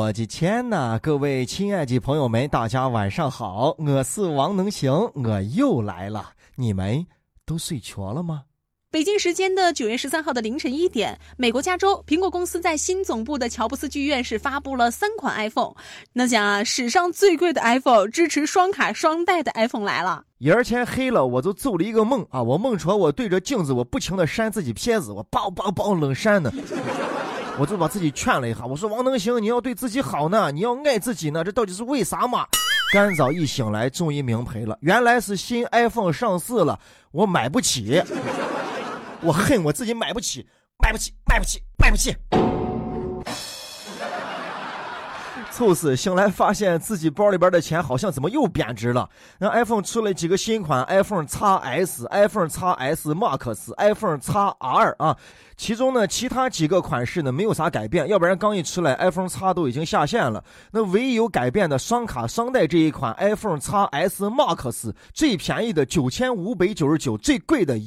我的天哪，各位亲爱的朋友们，大家晚上好，我是王能行，我又来了，你们都睡着了吗？ 北京时间的9月13号的凌晨1点，美国加州苹果公司在新总部的乔布斯剧院是发布了3款 iPhone。那讲啊，史上最贵的 iPhone， 支持双卡双待的 iPhone 来了。 眼儿前黑了，我就做了一个梦啊！我梦出来我对着镜子，我不停地扇自己片子，我梆冷扇呢。我就把自己劝了一下，我说王能行，你要对自己好呢，你要爱自己呢，这到底是为啥嘛？干早一醒来，终于明白了，原来是新 iPhone 上市了，我买不起。我恨我自己买不起。凑死醒来发现自己包里边的钱好像怎么又贬值了。那 iPhone 出了几个新款 iPhone XS、iPhone XS Max、iPhone XR 啊，其中呢其他几个款式呢没有啥改变，要不然刚一出来 iPhone X 都已经下线了。那唯一有改变的双卡双待这一款 iPhone XS Max， 最便宜的9599，最贵的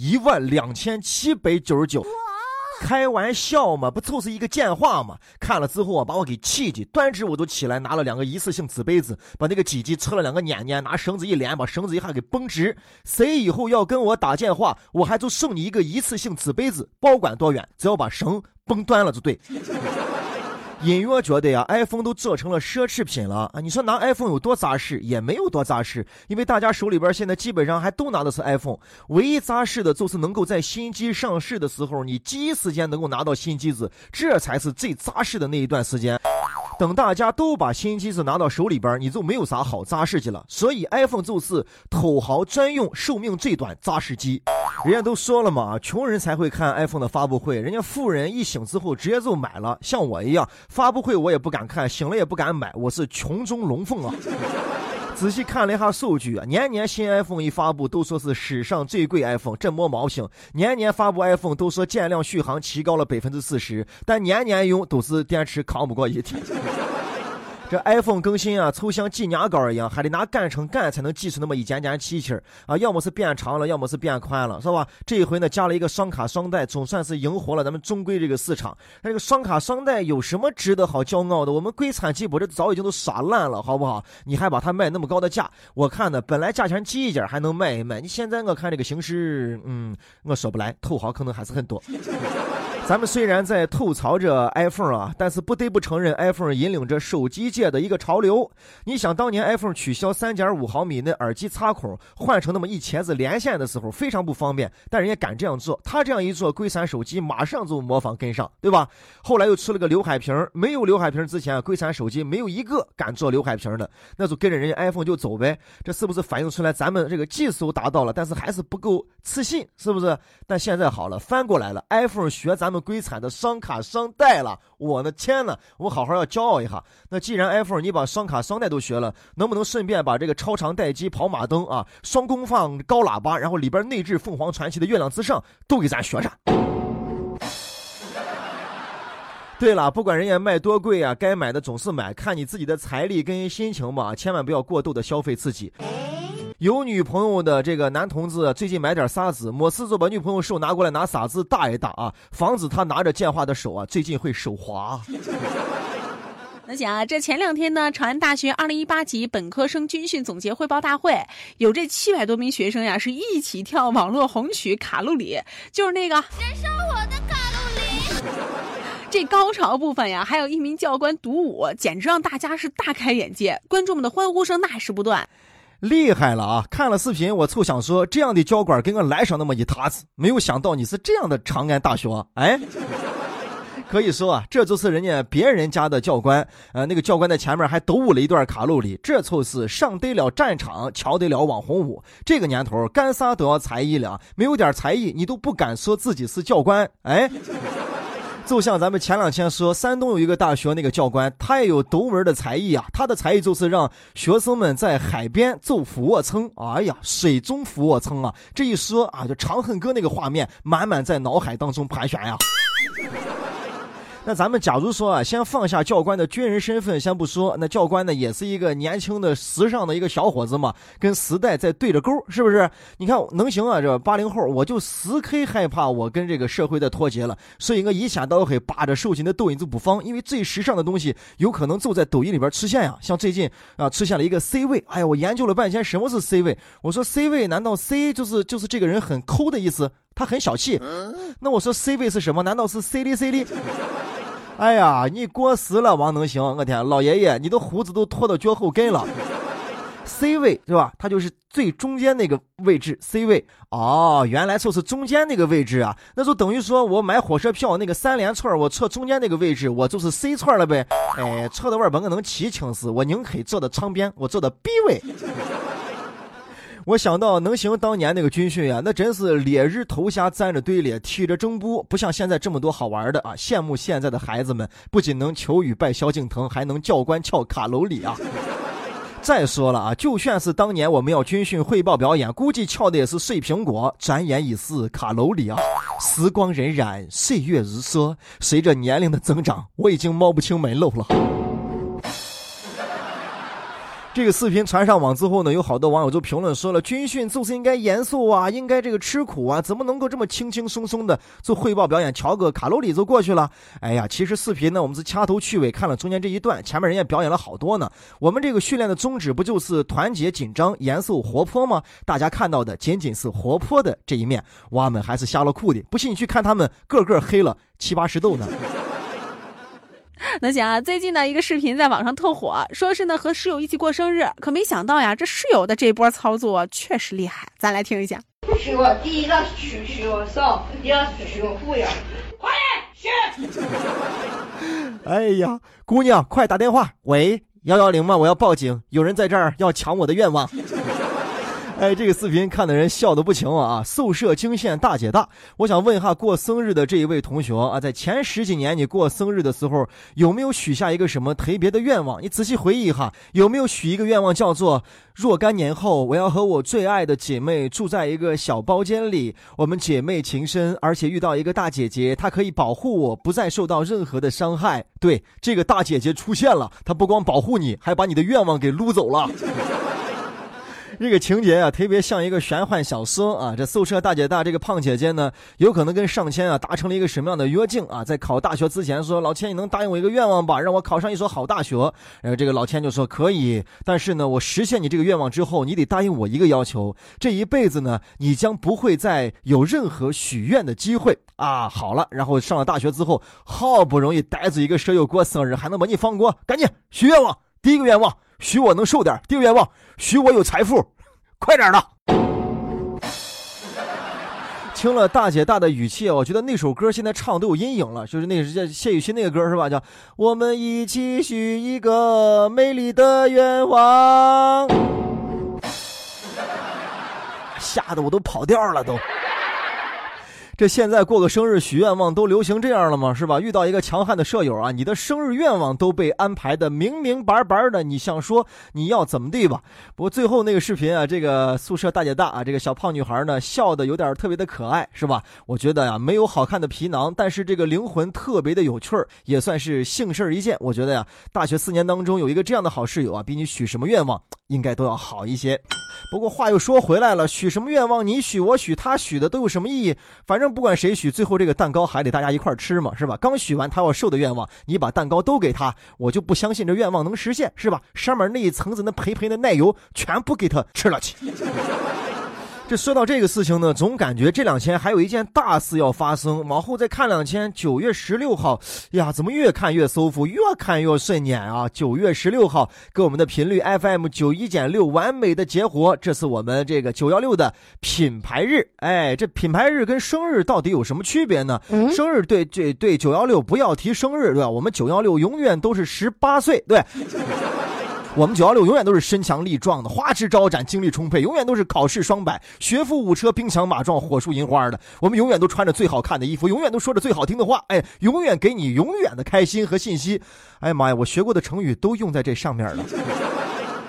12799。开玩笑嘛，不就是一个贱话嘛？看了之后啊，把我给气的，端直我都起来，拿了2个一次性纸杯子，把那个鸡鸡扯了2个捻捻，拿绳子一连，把绳子一下给绷直。谁以后要跟我打电话，我还就送你一个一次性纸杯子，包管多远，只要把绳绷断了就对。隐约觉得呀 ，iPhone 都做成了奢侈品了啊！你说拿 iPhone 有多扎实，也没有多扎实，因为大家手里边现在基本上还都拿的是 iPhone， 唯一扎实的就是能够在新机上市的时候，你第一时间能够拿到新机子，这才是最扎实的那一段时间。等大家都把新机子拿到手里边，你就没有啥好扎实机了。所以 iPhone 就是土豪专用、寿命最短扎实机。人家都说了嘛，穷人才会看 iPhone 的发布会，人家富人一醒之后直接就买了。像我一样，发布会我也不敢看，醒了也不敢买，我是穷中龙凤啊。仔细看了一下数据啊，年年新 iPhone 一发布都说是史上最贵 iPhone， 这没毛病。年年发布 iPhone 都说建量续航提高了40%，但年年用都是电池扛不过1天。这 iPhone 更新啊，就像挤牙膏一样，还得拿干成干才能挤出那么一点点气气啊，要么是变长了，要么是变宽了，是吧？这一回呢，加了一个双卡双待，总算是赢活了咱们中规这个市场。这个双卡双待有什么值得好骄傲的？我们国产机不这早已经都耍烂了，好不好？你还把它卖那么高的价，我看呢，本来价钱低一点还能卖一卖，你现在我看这个形势，我说不来，土豪可能还是很多。咱们虽然在吐槽着 iPhone 啊，但是不得不承认 iPhone 引领着手机界的一个潮流。你想当年 iPhone 取消 3.5 毫米的耳机插孔，换成那么一钳子连线的时候非常不方便，但人家敢这样做，他这样一做，国产手机马上就模仿跟上，对吧？后来又出了个刘海屏，没有刘海屏之前，国产手机没有一个敢做刘海屏的，那就跟着人家 iPhone 就走呗。这是不是反映出来咱们这个技术达到了，但是还是不够自信，是不是？但现在好了，翻过来了， iPhone 学咱们国产的双卡双待了，我的天哪，我好好要骄傲一下。那既然 iPhone 你把双卡双待都学了，能不能顺便把这个超长待机、跑马灯啊、双功放高喇叭，然后里边内置凤凰传奇的月亮之上都给咱学上？对了，不管人家卖多贵啊，该买的总是买，看你自己的财力跟心情吧，千万不要过度的消费自己。有女朋友的这个男同志最近买点沙子，没事就把女朋友手拿过来拿沙子打一打啊，防止他拿着电话的手啊最近会手滑。 那讲啊，这前2天呢，长安大学2018级本科生军训总结汇报大会，有这700多名学生呀，是一起跳网络红曲卡路里，就是那个燃烧我的卡路里。这高潮部分呀，还有一名教官独舞，简直让大家是大开眼界，观众们的欢呼声那是不断。 厉害了啊！看了视频我就想说，这样的教官给我来上那么一沓子，没有想到你是这样的长安大学，哎。可以说啊，这就是人家别人家的教官，那个教官在前面还抖舞了一段卡路里，这就是上得了战场，瞧得了网红舞。这个年头干啥都要才艺了，没有点才艺你都不敢说自己是教官，哎。就像咱们前2天说山东有一个大学那个教官，他也有独门的才艺啊，他的才艺就是让学生们在海边做俯卧撑，哎呀，水中俯卧撑啊，这一说啊，就长恨歌那个画面满满在脑海当中盘旋呀。 那咱们假如说啊，先放下教官的军人身份先不说，那教官呢也是一个年轻的时尚的一个小伙子嘛，跟时代在对着钩，是不是？你看能行啊，这80后我就时刻害怕我跟这个社会在脱节了，所以我一天到黑扒着手机的抖音就不放，因为最时尚的东西有可能就在抖音里边出现呀。像最近啊出现了一个 C 位，哎呀，我研究了半天什么是 C 位，我说 C 位难道 C 就是这个人很抠的意思，他很小气？那我说 C 位是什么？难道是 C 里？哎呀，你过时了王能行，我天，老爷爷你的胡子都拖到脚后跟了。C 位对吧？它就是最中间那个位置 C 位。哦，原来就是中间那个位置啊，那就等于说我买火车票那个3连串我坐中间那个位置，我就是 C 串了呗。哎，坐的味儿本可能骑轻死，我宁可坐的窗边，我坐的 B 位。我想到能行当年那个军训啊，那真是烈日头下站着队列，踢着正步，不像现在这么多好玩的啊！羡慕现在的孩子们，不仅能求雨拜萧敬腾，还能教官翘卡路里啊！再说了啊，就算是当年我们要军训汇报表演，估计翘的也是碎苹果，转眼已是卡路里啊！时光荏苒，岁月如梭，随着年龄的增长，我已经摸不清门路了。这个视频传上网之后呢，有好多网友就评论说了，军训就是应该严肃啊，应该这个吃苦啊，怎么能够这么轻轻松松的做汇报表演，调个卡路里就过去了？哎呀，其实视频呢，我们是掐头去尾看了中间这一段，前面人家表演了好多呢。我们这个训练的宗旨不就是团结、紧张、严肃、活泼吗？大家看到的仅仅是活泼的这一面，娃们还是瞎了裤的。不信你去看他们个个黑了7、80度呢。 能行啊，最近的一个视频在网上特火，说是呢和室友一起过生日，可没想到呀，这室友的这波操作确实厉害，咱来听一下。 许我第一个许我嫂，第二个许我父呀，快点许！ 哎呀，姑娘，快打电话，喂，110吗？我要报警，有人在这儿要抢我的愿望。哎，这个视频看的人笑得不轻啊！宿舍惊现大姐大，我想问一下过生日的这一位同学啊，在前10几年你过生日的时候，有没有许下一个什么特别的愿望？你仔细回忆一下，有没有许一个愿望叫做若干年后我要和我最爱的姐妹住在一个小包间里，我们姐妹情深，而且遇到一个大姐姐，她可以保护我，不再受到任何的伤害。对，这个大姐姐出现了，她不光保护你，还把你的愿望给撸走了。这个情节啊，特别像一个玄幻小说啊。这宿舍大姐大这个胖姐姐呢，有可能跟上千啊达成了一个什么样的约定啊？在考大学之前说，老千你能答应我一个愿望吧，让我考上一所好大学。然后这个老千就说可以，但是呢，我实现你这个愿望之后，你得答应我一个要求，这一辈子呢，你将不会再有任何许愿的机会啊。好了，然后上了大学之后，好不容易逮住一个舍友过生日，还能把你放过，赶紧许愿望。第一个愿望，许我能瘦点；第二个愿望，许我有财富。快点的！听了大姐大的语气，我觉得那首歌现在唱都有阴影了，就是那个谢雨欣那个歌是吧？叫我们一起许一个美丽的愿望，吓得我都跑调了都。这现在过个生日许愿望都流行这样了吗？是吧？遇到一个强悍的舍友啊，你的生日愿望都被安排的明明白白的，你想说你要怎么地吧？不过最后那个视频啊，这个宿舍大姐大啊，这个小胖女孩呢，笑的有点特别的可爱，是吧？我觉得呀，没有好看的皮囊，但是这个灵魂特别的有趣儿，也算是幸事一件。我觉得呀，大学4年当中有一个这样的好室友啊，比你许什么愿望应该都要好一些。不过话又说回来了，许什么愿望，你许我许他许的都有什么意义？反正不管谁许，最后这个蛋糕还得大家一块吃嘛，是吧？刚许完他要瘦的愿望，你把蛋糕都给他，我就不相信这愿望能实现，是吧？上面那一层子那培培的奶油全部给他吃了去。这说到这个事情呢，总感觉这2天还有一件大事要发生，往后再看2天，9月16号呀，怎么越看越舒服，越看越顺眼啊！9月16号跟我们的频率 FM 91.6完美的结合，这是我们这个916的品牌日。哎，这品牌日跟生日到底有什么区别呢？生日对916不要提生日，对吧？我们916永远都是18岁，对。我们916永远都是身强力壮的，花枝招展，精力充沛，永远都是考试双百，学富五车，兵强马壮，火树银花的。我们永远都穿着最好看的衣服，永远都说着最好听的话，哎，永远给你永远的开心和信息。哎呀妈呀，我学过的成语都用在这上面了。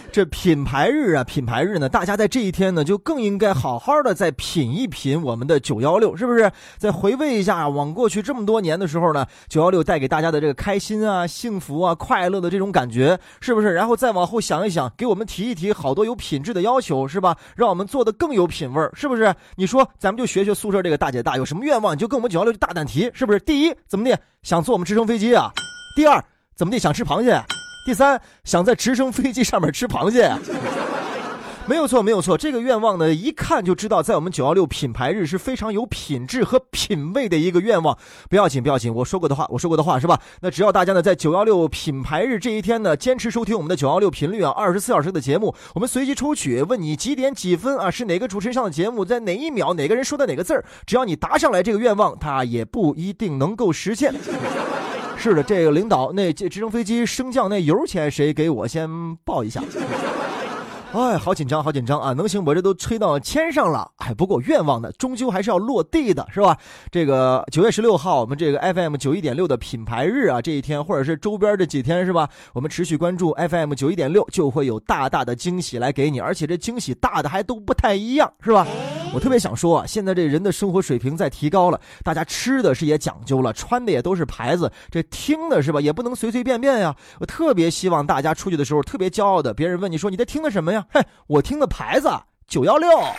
这品牌日啊，品牌日呢，大家在这一天呢，就更应该好好的再品一品我们的916，是不是？再回味一下往过去这么多年的时候呢，916带给大家的这个开心啊、幸福啊、快乐的这种感觉，是不是？然后再往后想一想，给我们提一提好多有品质的要求，是吧？让我们做的更有品味，是不是？你说咱们就学学宿舍这个大姐大，有什么愿望你就跟我们916大胆提，是不是？第一，怎么的？想坐我们直升飞机啊？第二，怎么的？想吃螃蟹？第三，想在直升飞机上面吃螃蟹？没有错，没有错，这个愿望呢，一看就知道在我们916品牌日是非常有品质和品味的一个愿望。不要紧，不要紧，我说过的话是吧？那只要大家呢在916品牌日这一天呢，坚持收听我们的916频率啊，24小时的节目，我们随机抽取，问你几点几分啊，是哪个主持人上的节目，在哪一秒哪个人说的哪个字儿，只要你答上来这个愿望，它也不一定能够实现。是的，这个领导，那直升飞机升降那油钱谁给我先报一下？哎，好紧张，好紧张啊！能行，我这都吹到天上了。哎，不过愿望呢，终究还是要落地的，是吧？这个9月16号，我们这个 FM 91.6的品牌日啊，这一天或者是周边这几天，是吧？我们持续关注 FM 91.6，就会有大大的惊喜来给你，而且这惊喜大的还都不太一样，是吧？我特别想说啊，现在这人的生活水平在提高了，大家吃的是也讲究了，穿的也都是牌子，这听的是吧，也不能随随便便呀。我特别希望大家出去的时候特别骄傲的，别人问你说你在听的什么呀？嘿，我听的牌子916。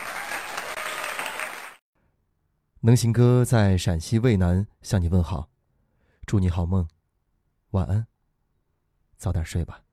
能行哥在陕西渭南向你问好，祝你好梦，晚安，早点睡吧。